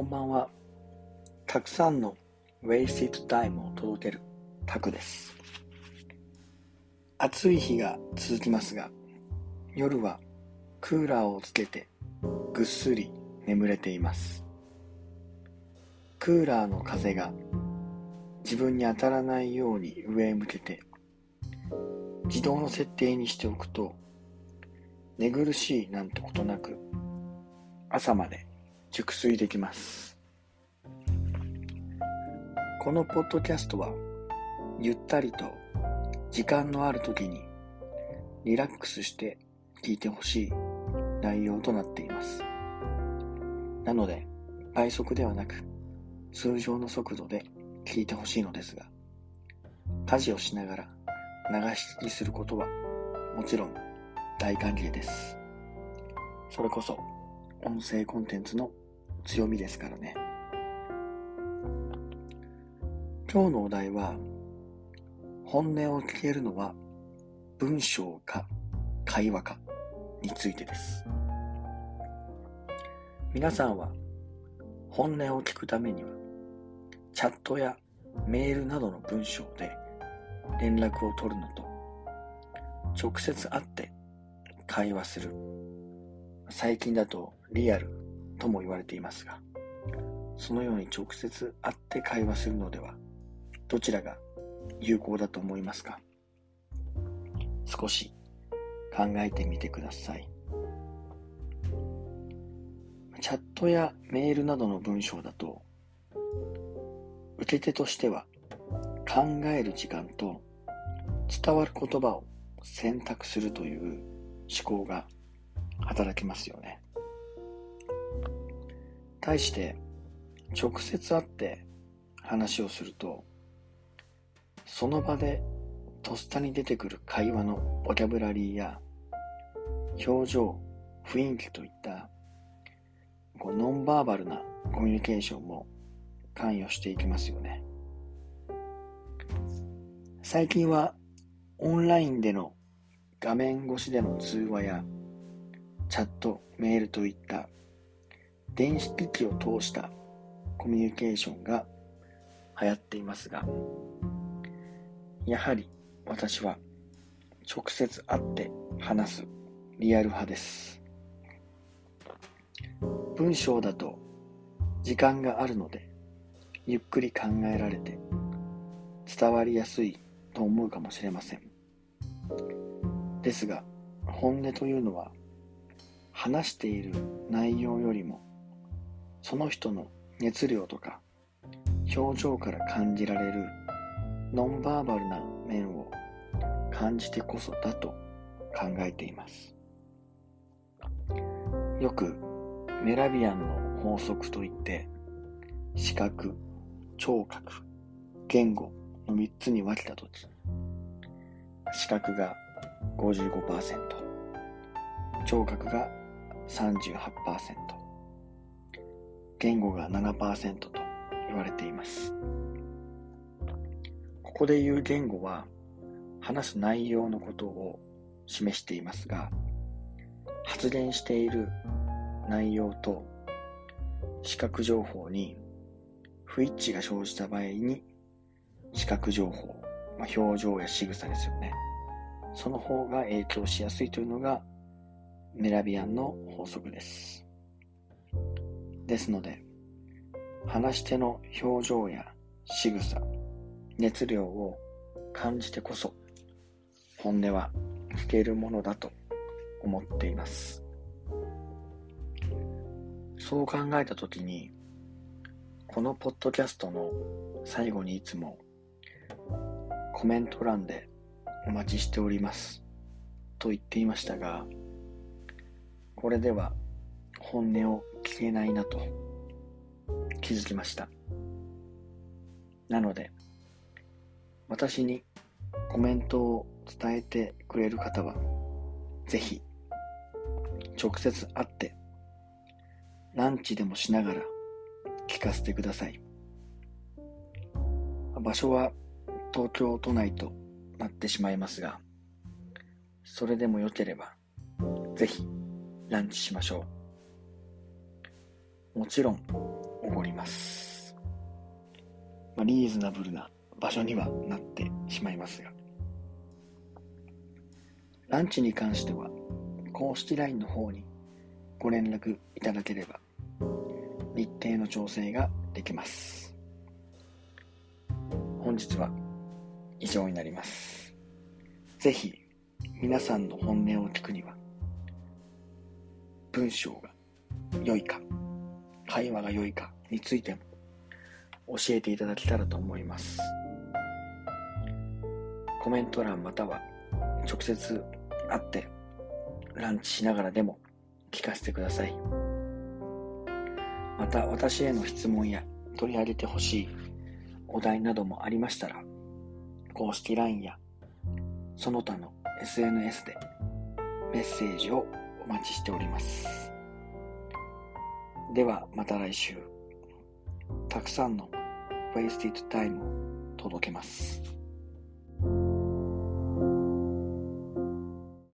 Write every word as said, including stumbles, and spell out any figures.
こんばんは。たくさんの Wasted Time を届けるタクです。暑い日が続きますが、夜はクーラーをつけてぐっすり眠れています。クーラーの風が自分に当たらないように上へ向けて自動の設定にしておくと、寝苦しいなんてことなく朝まで熟睡できます。このポッドキャストはゆったりと時間のある時にリラックスして聞いてほしい内容となっています。なので倍速ではなく通常の速度で聞いてほしいのですが、家事をしながら流し聞きすることはもちろん大歓迎です。それこそ音声コンテンツの強みですからね。今日のお題は、本音を聞けるのは文章か会話かについてです。皆さんは本音を聞くためにはチャットやメールなどの文章で連絡を取るのと、直接会って会話する、最近だとリアルとも言われていますが、そのように直接会って会話するのではどちらが有効だと思いますか？少し考えてみてください。チャットやメールなどの文章だと、受け手としては考える時間と伝わる言葉を選択するという思考が働きますよね。対して直接会って話をすると、その場でとっさに出てくる会話のボキャブラリーや表情、雰囲気といったこうノンバーバルなコミュニケーションも関与していきますよね。最近はオンラインでの画面越しでの通話やチャット、メールといった電子機器を通したコミュニケーションが流行っていますが、やはり私は直接会って話すリアル派です。文章だと時間があるのでゆっくり考えられて伝わりやすいと思うかもしれません。ですが本音というのは、話している内容よりもその人の熱量とか表情から感じられるノンバーバルな面を感じてこそだと考えています。よくメラビアンの法則といって、視覚、聴覚、言語のみっつに分けたとき、視覚が ごじゅうごパーセント、聴覚が さんじゅうはちパーセント、言語が ななパーセント と言われています。ここで言う言語は話す内容のことを示していますが、発言している内容と視覚情報に不一致が生じた場合に、視覚情報、まあ、表情や仕草ですよね。その方が影響しやすいというのがメラビアンの法則です。ですので、話し手の表情や仕草、熱量を感じてこそ本音は聞けるものだと思っています。そう考えたときに、このポッドキャストの最後にいつもコメント欄でお待ちしておりますと言っていましたが、これでは本音を聞けないなと気づきました。なので、私にコメントを伝えてくれる方は、ぜひ直接会ってランチでもしながら聞かせてください。場所は東京都内となってしまいますが、それでもよければぜひランチしましょう。 もちろんおごります。まあ、リーズナブルな場所にはなってしまいますが、ランチに関しては公式 ライン の方にご連絡いただければ日程の調整ができます。本日は以上になります。ぜひ皆さんの本音を聞くには文章が良いか会話が良いかについても教えていただけたらと思います。コメント欄または直接会ってランチしながらでも聞かせてください。また私への質問や取り上げてほしいお題などもありましたら、公式 ライン やその他の エスエヌエス でメッセージをお待ちしております。ではまた来週、たくさんの Wasted Time を届けます。